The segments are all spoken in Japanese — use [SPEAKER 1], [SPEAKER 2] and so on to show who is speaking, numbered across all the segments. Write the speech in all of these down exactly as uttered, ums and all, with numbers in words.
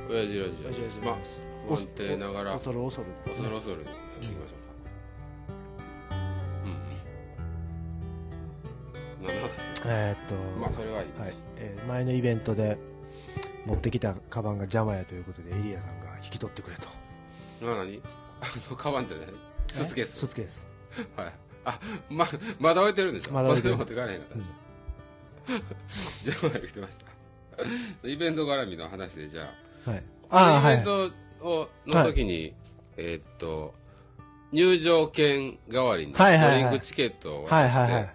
[SPEAKER 1] 親父ラジオです。まあ不安定ながら
[SPEAKER 2] 恐る恐るです、ね、
[SPEAKER 1] 恐る恐るやっていきましょうか。うん、うん、何の話？
[SPEAKER 2] えー、っと
[SPEAKER 1] まあそれはいいです、
[SPEAKER 2] はいえー、前のイベントで持ってきたカバンが邪魔やということでエリアさんが引き取ってくれと。
[SPEAKER 1] な何？あのカバンってね、スーツケース。
[SPEAKER 2] スーツケース。
[SPEAKER 1] はい。あ、ままだ置いてるんでしょ。
[SPEAKER 2] まだ置いてる。
[SPEAKER 1] 持ってかれへんかったでしょ。邪魔や言ってました。イベント絡みの話でじゃあ。はい。ああイベントをの時に、はい、えー、っと入場券代わりにドリンクチケットを渡して、はいはいはい、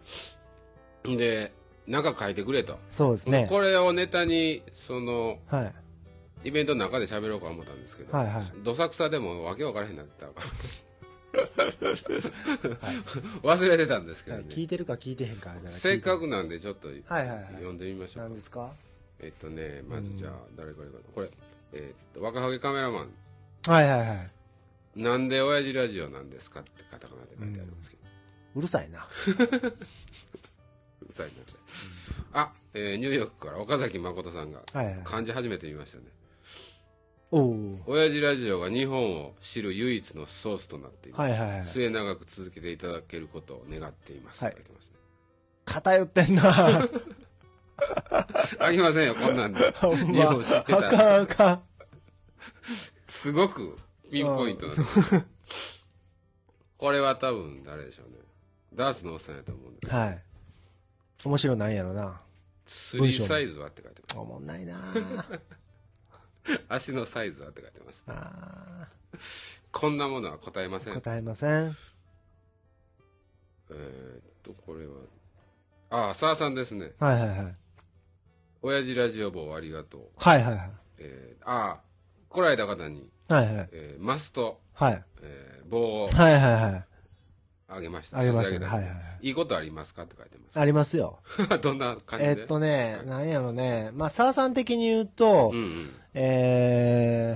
[SPEAKER 1] でなんか書いてくれと。
[SPEAKER 2] そうですね。
[SPEAKER 1] これをネタにその、はい、イベントの中で喋ろうか思ったんですけど、はいはい、どさくさでもわけ分からへんなってたから、はい、忘れてたんですけどね、
[SPEAKER 2] はい、聞いてるか聞いてへんか
[SPEAKER 1] せっかくなんでちょっと読んでみましょうか。
[SPEAKER 2] 何ですか？
[SPEAKER 1] えっとねまずじゃあ誰からいくかこれ、えー、っと若ハゲカメラマン、
[SPEAKER 2] はいはいはい、
[SPEAKER 1] なんで親父ラジオなんですかってカタカナで書いてありますけど、
[SPEAKER 2] うん、うるさいな
[SPEAKER 1] うるさいな、うん、あ、えー、ニューヨークから岡崎誠さんが漢字初めて見ましたね。お親父ラジオが日本を知る唯一のソースとなっています、はいはいはい、末永く続けていただけることを願っています、はい、書いてますね。偏ってんなあきませんよこんなんで日本知ってたらあかんあかんすごくピンポイントなんですこれは多分誰でしょうね、ダーツのおっさんやと思うんです、はい、
[SPEAKER 2] 面白いなんやろな。
[SPEAKER 1] スリーサイズはって書いてます。
[SPEAKER 2] おもんないな
[SPEAKER 1] 足のサイズはって書いてます。あこんなものは答えません。
[SPEAKER 2] 答えません。
[SPEAKER 1] えー、っとこれはああ澤さんですね。
[SPEAKER 2] はいはいはい。
[SPEAKER 1] 親父ラジオ棒ありがとう。
[SPEAKER 2] はいはいはい。
[SPEAKER 1] えー、ああ来られた方に、
[SPEAKER 2] はいはい、
[SPEAKER 1] えー、マスト、
[SPEAKER 2] はい
[SPEAKER 1] えー、棒を
[SPEAKER 2] はいはいはい
[SPEAKER 1] あげました。
[SPEAKER 2] あげましたね。はいはいはい。
[SPEAKER 1] いいことありますかって書いてます。
[SPEAKER 2] ありますよ。
[SPEAKER 1] どんな感じで？
[SPEAKER 2] えっとね、はい、なんやろね。まあ、澤さん的に言うと、うんうん、え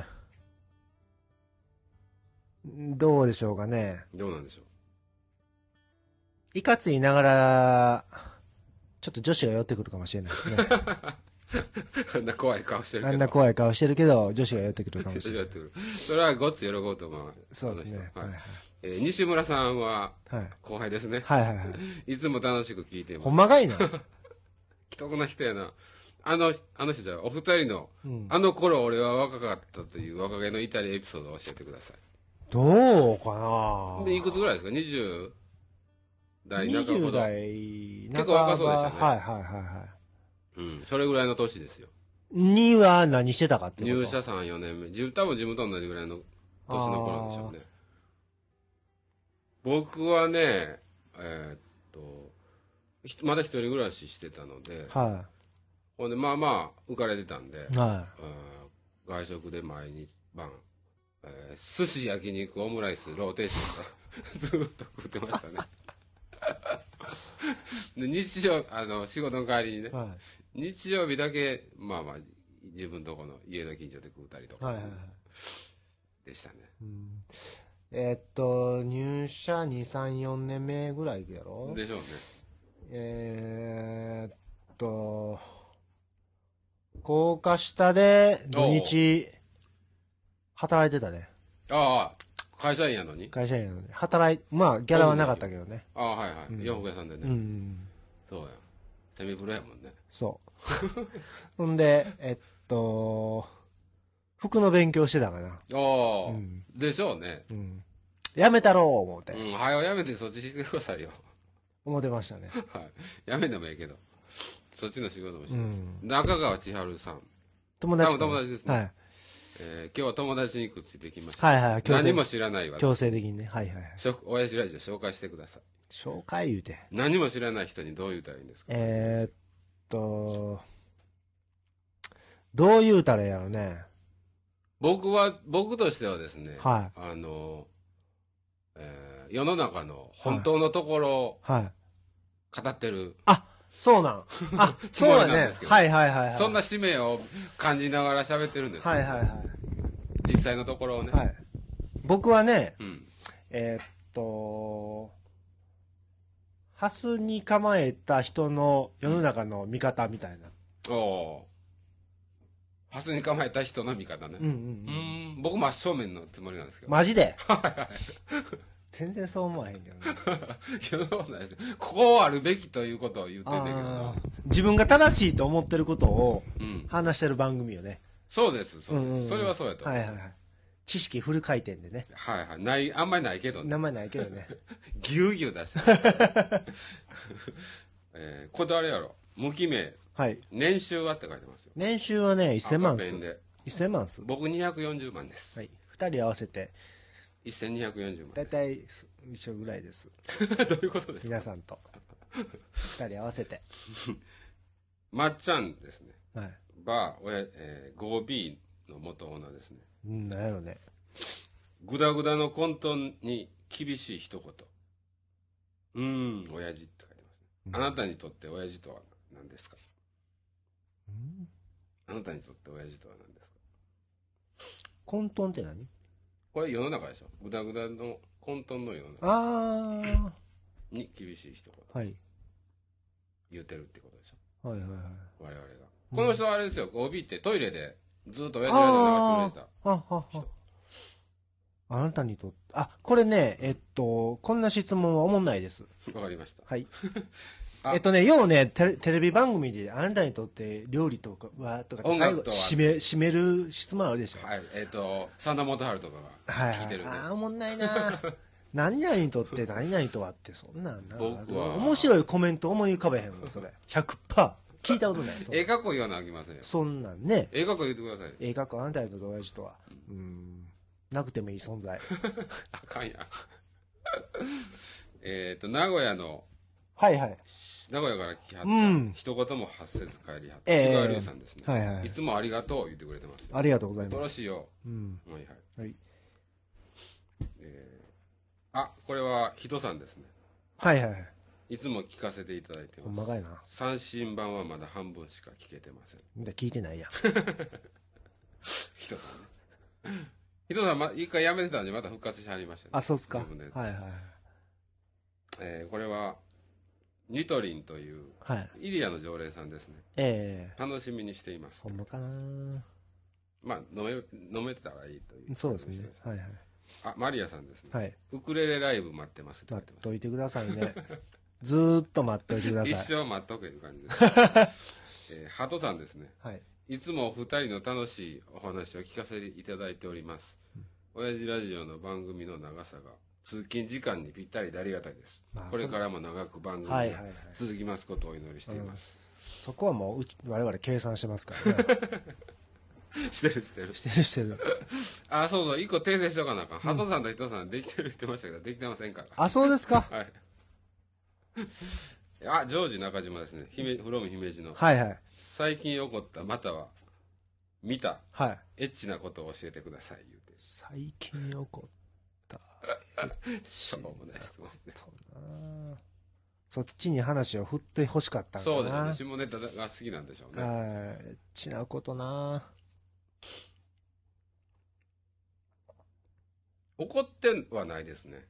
[SPEAKER 2] ー、どうでしょうかね。
[SPEAKER 1] どうなんでしょう。
[SPEAKER 2] いかついながら、ちょっと女子が寄ってくるかもしれないですね。
[SPEAKER 1] あんな怖い顔してるけど。
[SPEAKER 2] あんな怖い顔してるけど、女子が寄ってくるかもしれない。
[SPEAKER 1] それはごっつ喜ぶと思う。
[SPEAKER 2] そうですね。はいはい。
[SPEAKER 1] えー、西村さんは後輩ですね、
[SPEAKER 2] はい、はいはいはい
[SPEAKER 1] いつも楽しく聞いています。
[SPEAKER 2] ほんまかいな
[SPEAKER 1] 既得な人やな。あのあの人じゃお二人の、うん、あの頃俺は若かったという若気の至りエピソードを教えてください。
[SPEAKER 2] どうかな。
[SPEAKER 1] でいくつぐらいですか？にじゅう代半ばほど。
[SPEAKER 2] にじゅう代
[SPEAKER 1] 結構若そうでしたね。
[SPEAKER 2] はいはいはいはい、
[SPEAKER 1] うん、それぐらいの年ですよ。
[SPEAKER 2] には何してたかってこと。
[SPEAKER 1] 入社さんよねんめ、多分自分と同じぐらいの年の頃でしょうね。僕はね、えー、っとまだ一人暮らししてたので、はい、ほんでまあまあ浮かれてたんで、はい、外食で毎日晩、えー、寿司焼肉オムライスローテーションずっと食ってましたねで日曜あの仕事の帰りにね、はい、日曜日だけまあまあ自分とこの家の近所で食うたりとか、はいはいはい、でしたね。うん、
[SPEAKER 2] えー、っと入社にさんよねんめぐらいやろ
[SPEAKER 1] でしょうね。
[SPEAKER 2] えー、っと高架下で土日働いてたね。
[SPEAKER 1] ああ会社員やのに
[SPEAKER 2] 会社員やのに働いまあギャラはなかったけどね。
[SPEAKER 1] ああはいはい、うん、洋服屋さんでね、うん、そうやセミプロやもんね。
[SPEAKER 2] そうほんでえっと服の勉強してたかな。あ
[SPEAKER 1] あ、うん、でしょうね、うん、
[SPEAKER 2] やめたろう思って、
[SPEAKER 1] うん、はよやめてそっちしてくださいよ
[SPEAKER 2] 思ってましたね
[SPEAKER 1] はい、やめてもええけどそっちの仕事もしてます、うん、中川千春さん友達友達ですね、はい、えー、今日は友達にくっついてきました。はいはい、何も知らないわ。
[SPEAKER 2] 強制的にね。はいはいはい。
[SPEAKER 1] 親父ラジオ紹介してください。
[SPEAKER 2] 紹介言うて。
[SPEAKER 1] 何も知らない人にどう言うたらいいんですか？
[SPEAKER 2] えー、っと、どう言うたらやろね。
[SPEAKER 1] 僕は、僕としてはですね、はい、あの、えー、世の中の本当のところを語ってる。はいはい、あ
[SPEAKER 2] そうなん。あ、そうだね。はいはいはい、はい。
[SPEAKER 1] そんな使命を感じながら喋ってるんですけど、はいはいはい。実際のところをね。はい。
[SPEAKER 2] 僕はね、うん、えー、っと、ハスに構えた人の世の中の見方みたいな。
[SPEAKER 1] うん、おハスに構えた人の味方ね。うんうんうん。うん僕真正面のつもりなんですけど。
[SPEAKER 2] マジで全然そう思わへんけどね。
[SPEAKER 1] いや、そうなんですよ。ここあるべきということを言ってんだけどな。
[SPEAKER 2] 自分が正しいと思ってることを話してる番組よね。
[SPEAKER 1] そうです、そうです。うんうん、それはそうやと。
[SPEAKER 2] はいはいはい。知識フル回転でね。
[SPEAKER 1] はいはい。ない、あんまりないけどね。
[SPEAKER 2] あんまりないけどね。
[SPEAKER 1] ぎゅうぎゅう出して。えー、これ誰やろ無記名。はい。年収はって書いてますよ。
[SPEAKER 2] 年収はね、せんまんす。せんまんす。
[SPEAKER 1] 僕にひゃくよんじゅうまんです。
[SPEAKER 2] はい。二人合わせて。
[SPEAKER 1] せんにひゃくよんじゅうまん。
[SPEAKER 2] だいたい一緒ぐらいです。
[SPEAKER 1] どういうことですか
[SPEAKER 2] 皆さんと。二人合わせて。
[SPEAKER 1] まっちゃんですね。はい。バー、おや、えー、ゴービー の元オーナーですね。
[SPEAKER 2] うん、なんやろね。
[SPEAKER 1] グダグダの混沌に厳しい一言。うーん、親父って書いてますね。うん、あなたにとって親父とは何ですか？うん、あなたにとって親父とは何ですか？
[SPEAKER 2] 混沌って何？
[SPEAKER 1] これ世の中でしょ。グダグダの混沌の世の中。
[SPEAKER 2] ああ。
[SPEAKER 1] に厳しい一言。はい。言うてるってことでしょ。はいはいはい。我々が。この人はあれですよ。オービー ってトイレでずっと親父ラジオ流してくれた人。あはは。
[SPEAKER 2] あなたにとって、あ、これね、えっと、こんな質問はおもんないです。
[SPEAKER 1] わかりました。
[SPEAKER 2] はい。えっとね、要はねテレ、テレビ番組であなたにとって料理とかは、とか最後、締め、締める質問あるでしょ。
[SPEAKER 1] はい。えっと、真田元春とかが聞いてるんで。
[SPEAKER 2] はいはい、ああ、おもんないな何々にとって何々とはって、そんなんな。
[SPEAKER 1] 僕は。
[SPEAKER 2] 面白いコメント思い浮かべへんもん、それ。ひゃくパーセント。聞いたことない。
[SPEAKER 1] ええかっこ言わなあきませんよ。
[SPEAKER 2] そんなんね。
[SPEAKER 1] ええかっこ言ってください。
[SPEAKER 2] ええかっこあなたにとって親父とは。うん。なくてもいい存在。
[SPEAKER 1] あかんや。えっと、名古屋の。
[SPEAKER 2] はいはい。
[SPEAKER 1] 名古屋から来はった、うん、一言も発せず帰りはった、志川龍さんですね、はいはい。いつもありがとう言ってくれてます。
[SPEAKER 2] ありがとうございます。
[SPEAKER 1] よろしいよ。うん。はいはい。はい。えー、あ、これは人さんですね。はいはい。いつも聞かせていただいてます。ほんまかいな。三振版はまだ半分しか聞けてません。
[SPEAKER 2] 聞いてないやん。
[SPEAKER 1] 人さんね。人さん、ま、一回辞めてたんでまた復活しはりましたね。
[SPEAKER 2] あ、そうっすか。自分で。はいはい。
[SPEAKER 1] えー、これは、ニトリンという、はい、イリアの常連さんですね。ええー。楽しみにしています。
[SPEAKER 2] ほんまかな。
[SPEAKER 1] まあ、飲め、飲めてたらいいという。
[SPEAKER 2] そうですね。はいはい。
[SPEAKER 1] あ、マリアさんですね。はい。ウクレレライブ待ってますって
[SPEAKER 2] 待ってます。待っといてくださいね。ずーっと待っておいてください。
[SPEAKER 1] 一生待っとけいう感じです。えー、ハトさんですね。はい。いつもお二人の楽しいお話を聞かせていただいております。うん、親父ラジオの番組の長さが、通勤時間にぴったりでありがたいです。まあ、これからも長く番組が続きますことをお祈りしています。
[SPEAKER 2] そこはもう我々計算してますからね。
[SPEAKER 1] してるしてる。
[SPEAKER 2] してるしてる。
[SPEAKER 1] あ、そうそう、一個訂正しとかなあかん。ハトさんとヒトさんできてる言ってましたけど、できてませんから。
[SPEAKER 2] あ、そうですか。はい。
[SPEAKER 1] あ、ジョージ中島ですね。姫、フロム姫路の。
[SPEAKER 2] はいはい。
[SPEAKER 1] 最近起こった、または、見た、はい。エッチなことを教えてください、言うて。
[SPEAKER 2] 最近起こった。
[SPEAKER 1] しょうもない質問ですね。
[SPEAKER 2] そっちに話を振ってほしかったんだな。
[SPEAKER 1] そうですね。下ネタが好きなんでしょうね。
[SPEAKER 2] はい。ちなことな。
[SPEAKER 1] 怒ってはないですね。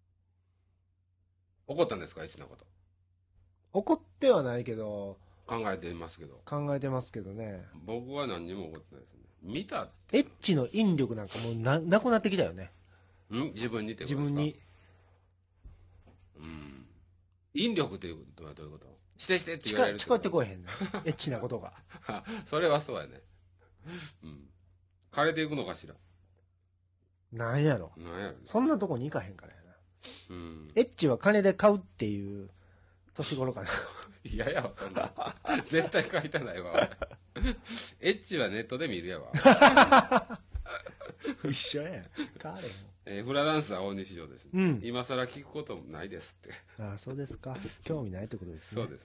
[SPEAKER 1] 怒ったんですか、エッチなこと。
[SPEAKER 2] 怒ってはないけど。
[SPEAKER 1] 考えてますけど。
[SPEAKER 2] 考えてますけどね。
[SPEAKER 1] 僕は何にも怒ってないですね。見たって。
[SPEAKER 2] エッチの引力なんかもうな、なくなってきたよね。
[SPEAKER 1] ん自分にってことですか？
[SPEAKER 2] 自分に。
[SPEAKER 1] うん。引力っていうことはどういうこと？してしてって言われるって
[SPEAKER 2] 近寄ってこえへんね。エッチなことが。
[SPEAKER 1] それはそうやね。うん。枯れていくのかしら。
[SPEAKER 2] なんやろ。
[SPEAKER 1] なんやろ、ね。
[SPEAKER 2] そんなとこに行かへんからやな。うん。エッチは金で買うっていう年頃かな。
[SPEAKER 1] いややわ、そんな。絶対買いたないわ。エッチはネットで見るやわ。
[SPEAKER 2] 一緒やん。買われへん。
[SPEAKER 1] えー、フラダンスは大西城です、ね。うん。今更聞くこともないですって。
[SPEAKER 2] ああ、そうですか。興味ないってことですね。
[SPEAKER 1] そうです。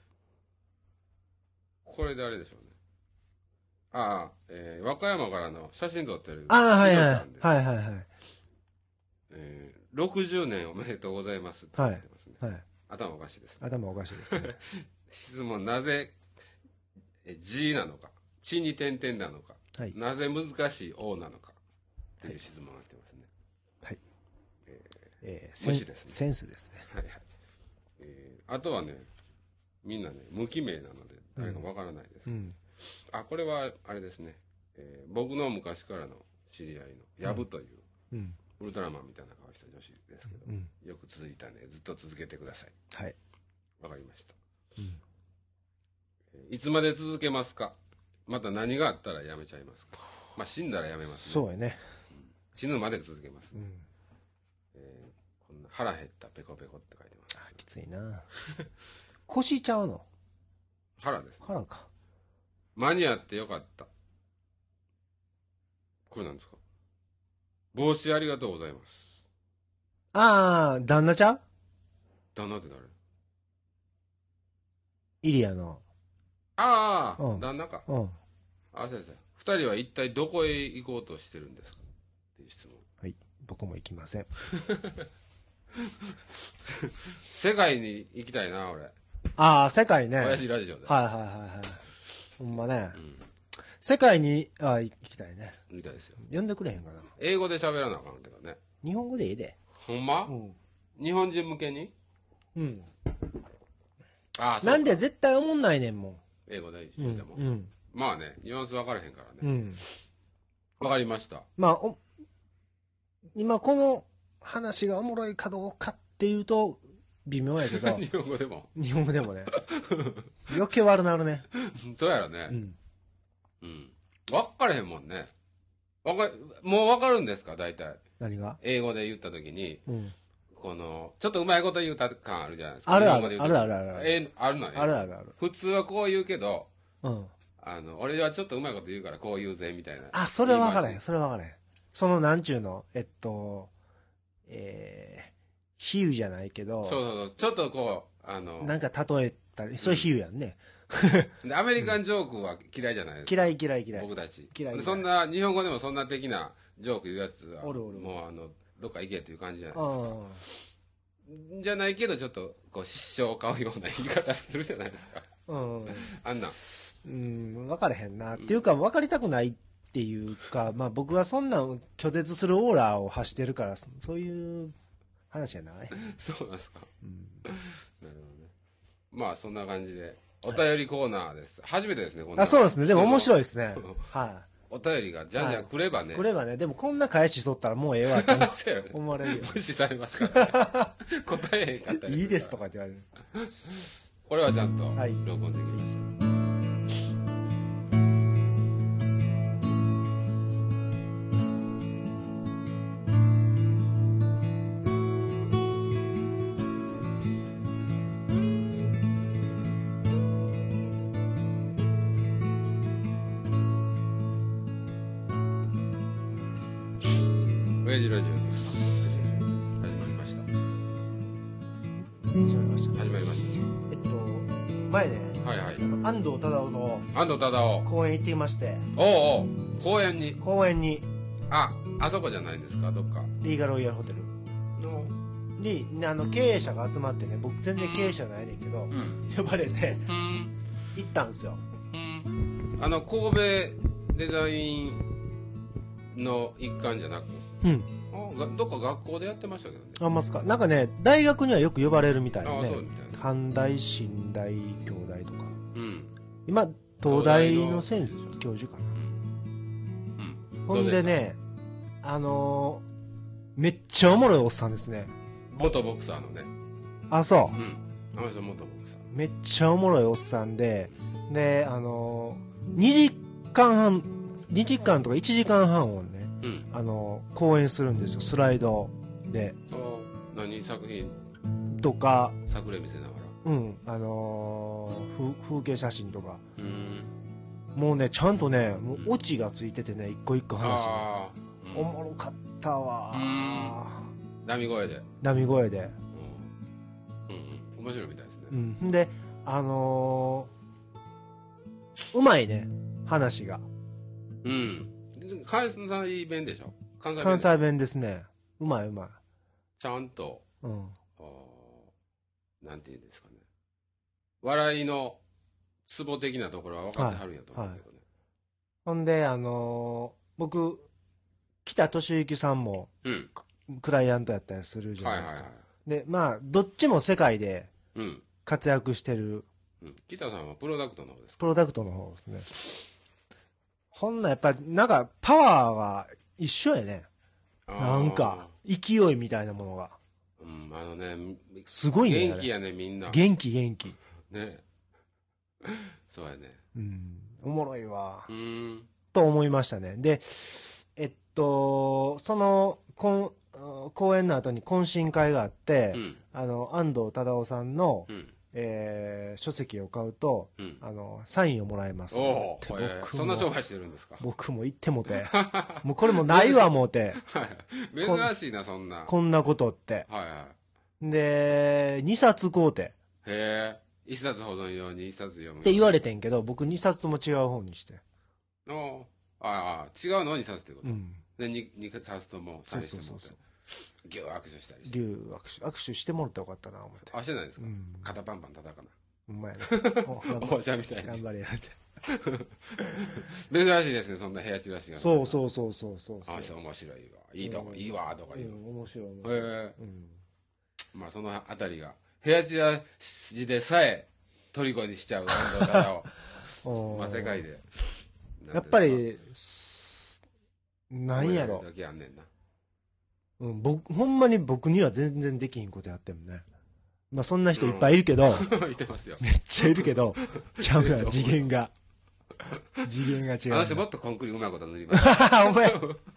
[SPEAKER 1] これであれでしょうね。ああ、えー、和歌山からの写真撮ってる。
[SPEAKER 2] ああ、はいはい。はいはいはい。
[SPEAKER 1] えー、ろくじゅうねんおめでとうございますって言ってますね。はい。はい、頭おかしいです、ね。
[SPEAKER 2] 頭おかしいですね。
[SPEAKER 1] 質問、なぜ、え、G なのか、地に点々なのか、はい、なぜ難しい O なのか、っていう質問が来てますね。はい。えー、えー、無視ですね。
[SPEAKER 2] センスですね。
[SPEAKER 1] はいはい。えー、あとはね、みんなね、無記名なので、誰かわからないです。うんうん、 あ、これはあれですね、えー、僕の昔からの知り合いのヤブという、うん、ウルトラマンみたいな顔した女子ですけど、うん、よく続いたね、ずっと続けてください。
[SPEAKER 2] はい、
[SPEAKER 1] わかりました、うん、えー、いつまで続けますか。また何があったらやめちゃいますか。まあ死んだらやめますね。
[SPEAKER 2] そうやね、
[SPEAKER 1] うん、死ぬまで続けます、ね、うん、えー、こんな腹減ったペコペコって書いてます。
[SPEAKER 2] あ、きついな腰ちゃうの。
[SPEAKER 1] 腹です、ね、
[SPEAKER 2] 腹か。
[SPEAKER 1] 間に合ってよかった。これなんですか。帽子ありがとうございます。
[SPEAKER 2] ああ、旦那ちゃう。
[SPEAKER 1] 旦那って誰。
[SPEAKER 2] イリアの。
[SPEAKER 1] ああ、うん、旦那か。
[SPEAKER 2] うん。
[SPEAKER 1] あ、先生。二人は一体どこへ行こうとしてるんですかっていう質問。
[SPEAKER 2] はい。僕も行きません。
[SPEAKER 1] 世界に行きたいな、俺。
[SPEAKER 2] ああ、世界ね。
[SPEAKER 1] 親父ラジオで。
[SPEAKER 2] はいはいはいはい。ほんまね。うん、世界に、ああ、行きたいね。
[SPEAKER 1] 行きたいですよ。
[SPEAKER 2] 呼んでくれへんかな。
[SPEAKER 1] 英語で喋らなあかんけどね。
[SPEAKER 2] 日本語でいいで。
[SPEAKER 1] ほんま、うん、日本人向けに。うん。
[SPEAKER 2] ああ、そう。なんで絶対思んないねんもん。
[SPEAKER 1] 英語でいいし、うん、でも。うん。まあね、ニュアンス分からへんからね。うん。分かりました。
[SPEAKER 2] まあ、お、今この話がおもろいかどうかっていうと、微妙やけど。
[SPEAKER 1] 日本語でも。
[SPEAKER 2] 日本語でもね。余計悪なるね。
[SPEAKER 1] そうやろね。うん。うん。分からへんもんね。わか、もう分かるんですか、大体。
[SPEAKER 2] 何が？
[SPEAKER 1] 英語で言ったときに、うん、この、ちょっとうまいこと言うた感あるじゃないですか。
[SPEAKER 2] あるある、あるあるある。
[SPEAKER 1] えー、あるのね。
[SPEAKER 2] あるあるある。
[SPEAKER 1] 普通はこう言うけど、うん。あの、俺はちょっとうまいこと言うからこう言うぜ、みたいな。
[SPEAKER 2] あ、それは分からへん、それは分からへん。その、なんちゅうの、えっと、えー、比喩じゃないけど。
[SPEAKER 1] そうそうそう、ちょっとこう、あの。
[SPEAKER 2] なんか例えたり、それ比喩やんね。
[SPEAKER 1] うん、でアメリカンジョークは嫌いじゃないですか。
[SPEAKER 2] 嫌い嫌い嫌い。
[SPEAKER 1] 僕たち。
[SPEAKER 2] 嫌い嫌い。
[SPEAKER 1] そんな、日本語でもそんな的なジョーク言うやつは、おるおるもうあの、どっか行けっていう感じじゃないですか。じゃないけど、ちょっと、こう、失笑を買うような言い方するじゃないですか。うん。あんな。
[SPEAKER 2] うん、分かれへんな。うん、っていうか、分かりたくないっていうか、まあ僕はそんな拒絶するオーラを発してるから、そういう話やない。
[SPEAKER 1] そうなんですか。うん、なるほどね。まあ、そんな感じで。お便りコーナーです。はい、初めてですね、こんな。
[SPEAKER 2] あ、そうですね。でも面白いですね。はい。
[SPEAKER 1] お便りがじゃんじゃん来ればね、
[SPEAKER 2] はい、来ればね。でもこんな返ししとったらもうええわって思われるよ。
[SPEAKER 1] 無視されますからね。答えへんかったり。
[SPEAKER 2] いいですとかって言われる。
[SPEAKER 1] これはちゃんと録音できました。はい、親父ラジオです。始まりました。
[SPEAKER 2] 始まりました。
[SPEAKER 1] 始まりました。
[SPEAKER 2] えっと、前ね、
[SPEAKER 1] はいはい。
[SPEAKER 2] 安藤忠雄の
[SPEAKER 1] 安藤忠雄
[SPEAKER 2] 公園行ってきまして。
[SPEAKER 1] おうおう、公園に。
[SPEAKER 2] 公園に。
[SPEAKER 1] あ、あそこじゃないんですか、どっか。
[SPEAKER 2] リーガロイヤルホテル。の。に、あの、経営者が集まってね、僕全然経営者ないねんけど、うん、呼ばれて、うん、行ったんですよ。
[SPEAKER 1] うん、あの、神戸デザインの一環じゃなく、うん。あ、どっか学校でやってましたけどね。
[SPEAKER 2] あ、ますか。なんかね、大学にはよく呼ばれるみたいなね。あ、そうみたいな。阪大、新大、京大とか。うん。今、東大の先生、教授かな。うん。うん、ほんでね、あのー、めっちゃおもろいおっさんですね。
[SPEAKER 1] 元ボクサーのね。
[SPEAKER 2] あ、そう。
[SPEAKER 1] うん。あの人元ボクサー。
[SPEAKER 2] めっちゃおもろいおっさんで、うん、で、あのー、にじかんはん、にじかんとかいちじかんはんをね、うん、あの講演するんですよ、スライドで。
[SPEAKER 1] 何作品
[SPEAKER 2] とか
[SPEAKER 1] 作例見せなが
[SPEAKER 2] ら、うん、あのー、風景写真とか、うん、もうねちゃんとねもうオチがついててね、一個一個話が、うん、おもろかったわ。
[SPEAKER 1] ナミ声で
[SPEAKER 2] ナミ声で、
[SPEAKER 1] うんうん、面白いみたいですね。
[SPEAKER 2] うん、であのー、うまいね話が。
[SPEAKER 1] うん、関西弁でしょ。
[SPEAKER 2] 関西弁。関西弁ですね。うまいうまい。
[SPEAKER 1] ちゃんと、うん、なんていうんですかね。笑いのツボ的なところは分かってはるんやと思うけどね。はいはい、
[SPEAKER 2] ほんで、あのー、僕、北俊之さんも、うん、クライアントやったりするじゃないですか。はいはいはい、で、まあ、どっちも世界で活躍してる
[SPEAKER 1] うん、北さんはプロダクトの方ですか？
[SPEAKER 2] プロダクトの方ですね。ほんなやっぱりなんかパワーが一緒やね。なんか勢いみたいなものが。
[SPEAKER 1] うん、あのね、
[SPEAKER 2] すごいね。
[SPEAKER 1] 元気やね、みんな。
[SPEAKER 2] 元気元気。
[SPEAKER 1] ね。そうやね。
[SPEAKER 2] うん。おもろいわ。
[SPEAKER 1] うん。
[SPEAKER 2] と思いましたね。で、えっと、その、こん公演の後に懇親会があって、うん、あの、安藤忠雄さんの、うんえー、書籍を買うと、うん、あのサインをもらえます
[SPEAKER 1] おって僕も、えー、そんな商売してるんですか？
[SPEAKER 2] 僕も言ってもてもうこれもないわもうて
[SPEAKER 1] 珍しいなそんな
[SPEAKER 2] こんなことって、はいはい、でにさつ買うてへ
[SPEAKER 1] えいっさつ保存用にいっさつ読む
[SPEAKER 2] って言われてんけど僕にさつとも違う本にして
[SPEAKER 1] おああ違うのをにさつってこと、うん、で 2, 2冊ともサインしてもらってそうそうそうそうギュー握手したりして
[SPEAKER 2] ギュー握手握手してもらったらよかったな思って
[SPEAKER 1] あしてないですか、うん、肩パンパン叩かな
[SPEAKER 2] うまい
[SPEAKER 1] なおばちゃんみたいに
[SPEAKER 2] 頑張れやって
[SPEAKER 1] 珍しいですねそんな部屋チラシが
[SPEAKER 2] そうそうそうそうそう
[SPEAKER 1] あそう面白いわいいとこ、うん、いいわとか言う、
[SPEAKER 2] うん、面白い面白い、えーうん、
[SPEAKER 1] まあそのあたりが部屋チラシでさえ虜にしちゃう安藤忠雄まあ世界で
[SPEAKER 2] やっぱりなんやろ
[SPEAKER 1] だけあんねんな
[SPEAKER 2] うん、僕ほんまに僕には全然できひんことやってもねまあそんな人いっぱいいるけど、
[SPEAKER 1] うん、いてますよ
[SPEAKER 2] めっちゃいるけどちゃうや次元が次元が違う
[SPEAKER 1] あの人もっとコンクリうまいこと塗ります
[SPEAKER 2] お前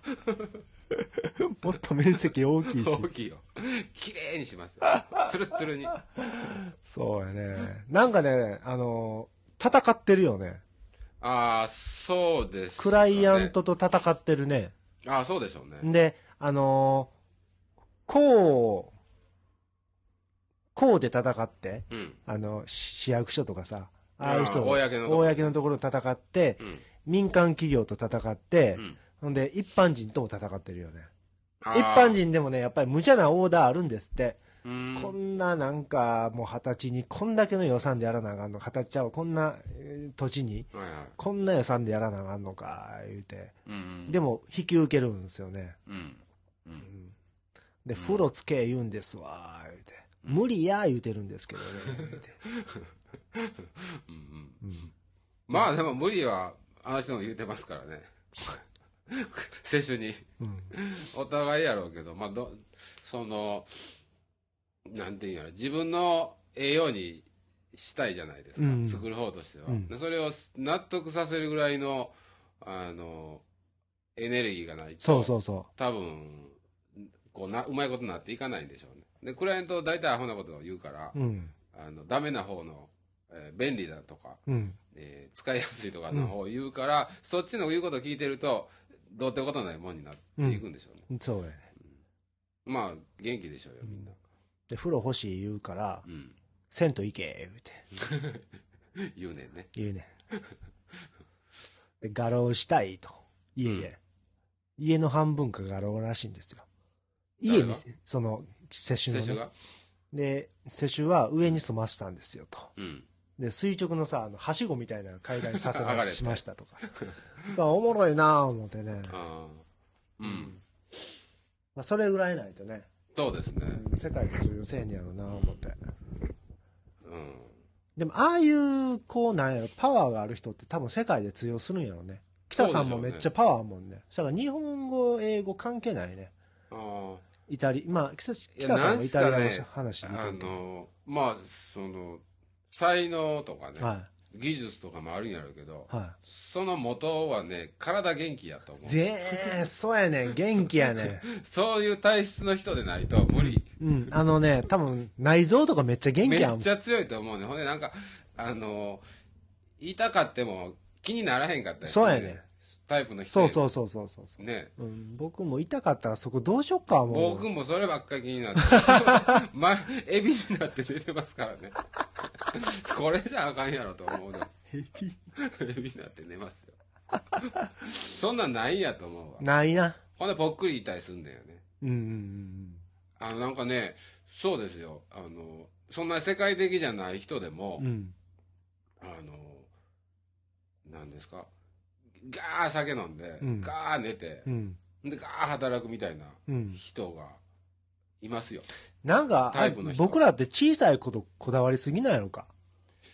[SPEAKER 2] もっと面積大きいし
[SPEAKER 1] 大きいよ綺麗にしますよツルツルに
[SPEAKER 2] そうやねなんかねあの戦ってるよね
[SPEAKER 1] ああそうです、ね、
[SPEAKER 2] クライアントと戦ってるね
[SPEAKER 1] ああそうでしょうね
[SPEAKER 2] であのー、こう、こうで戦って、うん、あの、市役所とかさ、ああいう人、公の公のところで戦って、うん、民間企業と戦って、うん、ほんで、一般人とも戦ってるよね。一般人でもね、やっぱり無茶なオーダーあるんですって。こんななんか、もう二十歳にこんだけの予算でやらなあかんの、二十歳ちゃう、こんな土地に、はいはい、こんな予算でやらなあかんのか、言うて。うんでも、引き受けるんですよね。うんうん、で、風呂つけ言うんですわ、言うて。うん、無理や、言うてるんですけどね、言うて。
[SPEAKER 1] うんうんうん、まあでも無理は、あの人も言うてますからね。接種に、うん。お互いやろうけど、まあど、その、なんていうんやろ、自分の栄養にしたいじゃないですか、うん、作る方としては、うん、で。それを納得させるぐらいの、あの、エネルギーがないと、
[SPEAKER 2] そうそうそう。
[SPEAKER 1] 多分、こうなうまいことになっていかないんでしょうね。でクライアント大体アホなことを言うから、うん、あのダメな方の、えー、便利だとか、うんえー、使いやすいとかの方を言うから、うん、そっちの言うことを聞いてるとどうってことないもんになっていくんでしょうね、
[SPEAKER 2] うん、そうやね、
[SPEAKER 1] うん、まあ元気でしょうよみんな、
[SPEAKER 2] で風呂欲しい言うから、うん、銭湯行け言う
[SPEAKER 1] て言うねんね
[SPEAKER 2] 言うねんで画廊したいと家で、うん、家の半分か画廊らしいんですよ家にその接種の、ね、がで接種は上に住ませたんですよと、うん、で垂直のさあのはしごみたいな階段にさせましましたとかまあおもろいなぁ思ってねあ、うん、まあ、それぐらいないとね
[SPEAKER 1] そうですね、
[SPEAKER 2] うん、世界で通用せえんやろうなぁ思って、うん、でもああいうこうなんやろパワーがある人って多分世界で通用するんやろうね北さんもめっちゃパワーあるもんねだから日本語英語関係ないねああイタリまあ北さんはイタリアの話で言うと、
[SPEAKER 1] ね、あのまあその才能とかね、はい、技術とかもあるんやろうけど、はい、その元はね体元気やと思う
[SPEAKER 2] ぜーそうやねん元気やねん
[SPEAKER 1] そういう体質の人でないと無理、
[SPEAKER 2] うん、うん、あのね多分内臓とかめっちゃ元気やん
[SPEAKER 1] めっちゃ強いと思うねほんでなんかあの痛かっても気にならへんかったりする、ね、
[SPEAKER 2] そうやねん
[SPEAKER 1] タイプの人
[SPEAKER 2] そうそうそうそうそう
[SPEAKER 1] ね、
[SPEAKER 2] うん、僕も痛かったらそこどうしよっかも
[SPEAKER 1] う僕もそればっかり気になって前エビになって寝てますからねこれじゃあかんやろと思うのエビエビになって寝ますよそんなんないんやと思うわ
[SPEAKER 2] ないな
[SPEAKER 1] ほんでぽっくり痛いすんだよねうんうんうんあのなんかねそうですよあのそんな世界的じゃない人でも、うん、あのなんですかガー酒飲んで、うん、ガー寝て、うん、でガー働くみたいな人がいますよ、
[SPEAKER 2] うん、なんか僕らって小さいことこだわりすぎないのか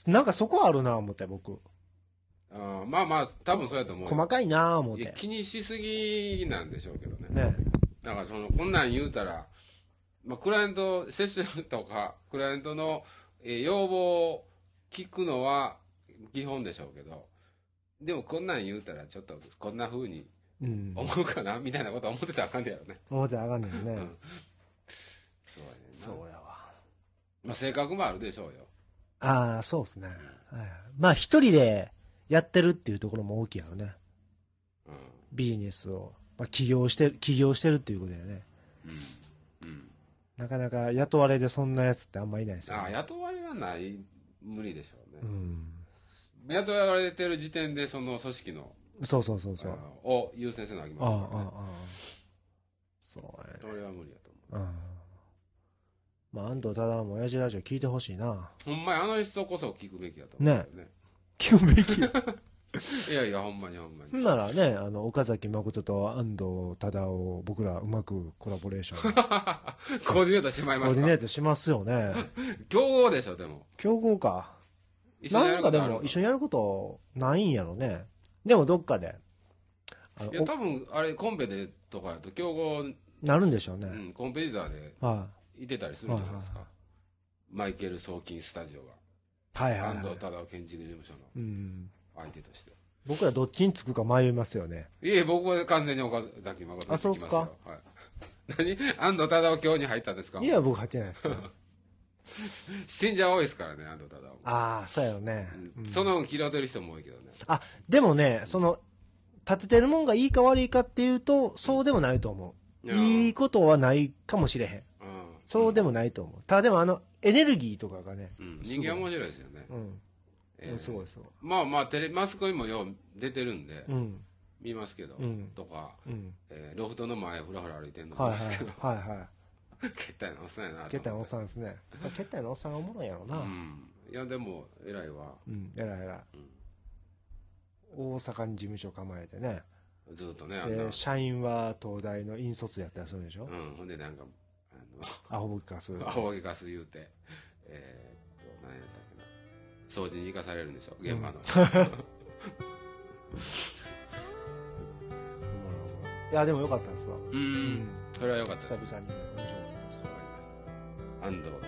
[SPEAKER 2] なんかそこあるな思って、僕。
[SPEAKER 1] あまあまあ、多分そうやと思う。
[SPEAKER 2] 細かいな思って。
[SPEAKER 1] 気にしすぎなんでしょうけどね。
[SPEAKER 2] ね。
[SPEAKER 1] だからその、こんなん言うたら、まあ、クライアント、セッションとか、クライアントの、えー、要望を聞くのは基本でしょうけど、でもこんなん言うたら、ちょっとこんな風に思うかな、うん、みたいなこと思ってたらあかんねやろね。
[SPEAKER 2] 思ってたらあかんねんね。うん、
[SPEAKER 1] そうやねんな。
[SPEAKER 2] そうやわ。
[SPEAKER 1] まあ、性格もあるでしょうよ。
[SPEAKER 2] ああ、そうですね。うん、はい、まあ、一人でやってるっていうところも大きいやろね。うん、ビジネスを、まあ、起業してる、起業してるっていうことだよね。うん。うん。なかなか雇われでそんなやつってあんまいないですよね。
[SPEAKER 1] ああ、雇われはない、無理でしょうね。うん。雇われてる時点でその組織の
[SPEAKER 2] そうそうそうそう
[SPEAKER 1] を優先せなきゃいけませんからね。ああああ
[SPEAKER 2] そうね。
[SPEAKER 1] それは無理やと思う。あ
[SPEAKER 2] まあ安藤忠も親父ラジオ聞いてほしいな。
[SPEAKER 1] ほんまにあの人こそ聞くべきやと思うよね。
[SPEAKER 2] ね聞くべきや。
[SPEAKER 1] いやいやほんまにほんまに。
[SPEAKER 2] ほんならねあの岡崎誠と安藤忠を僕らうまくコラボレーション。コ
[SPEAKER 1] ーディネートしまいますか。
[SPEAKER 2] コーディネートしますよね。
[SPEAKER 1] 競合でしょでも。
[SPEAKER 2] 競合か。なんかでも一緒にやることないんやろね。でもどっかで。
[SPEAKER 1] いや多分あれコンペでとかやと競合
[SPEAKER 2] なるんでしょうね。
[SPEAKER 1] うん、コンペティターでいてたりするじゃないですか。マイケル・ソーキンスタジオが。
[SPEAKER 2] はいはい、はい。
[SPEAKER 1] 安藤忠建築事務所の相手として。
[SPEAKER 2] うん、僕らどっちにつくか迷いますよね。
[SPEAKER 1] いえ、僕は完全に岡崎誠につきますよ。あ、そうっすか。はい。何安藤忠今日に入ったんですか。
[SPEAKER 2] いや、僕入ってないですから。
[SPEAKER 1] 信者多いですからね、安藤忠も。
[SPEAKER 2] ああ、そうやろね。
[SPEAKER 1] うん、その嫌ってる人も多いけどね。
[SPEAKER 2] あ、でもね、その、立ててるもんがいいか悪いかっていうと、そうでもないと思う。うん、いいことはないかもしれへん。うん、そうでもないと思う。ただでもあの、エネルギーとかがね。
[SPEAKER 1] うん、人間面白いですよね。うん。
[SPEAKER 2] えー、すごいそう。
[SPEAKER 1] まあまあ、テレマスコミもよう出てるんで、うん、見ますけど、うん、とか、うん、えー、ロフトの前ふらふら歩いてるの見ますけど。はいはい。はいはいけったいなおっさんやな。
[SPEAKER 2] けったいなおっさんですね。けったいなおっさんがおもろいやろな。うん。
[SPEAKER 1] いや、でも、偉いわ。
[SPEAKER 2] うん、偉い偉い。うん、大阪に事務所構えてね。
[SPEAKER 1] ずっとね、
[SPEAKER 2] あんな。社員は東大の引率やったりするでしょ。
[SPEAKER 1] うん、ほんでなんか、
[SPEAKER 2] あの、アホボケカス。
[SPEAKER 1] アホボケカス言うて、えー、っと、何やったっけな。掃除に生かされるんでしょ、現場の。
[SPEAKER 2] いや、でもよかったですわ。
[SPEAKER 1] うん。それはよかった。
[SPEAKER 2] 久々にね。
[SPEAKER 1] 安藤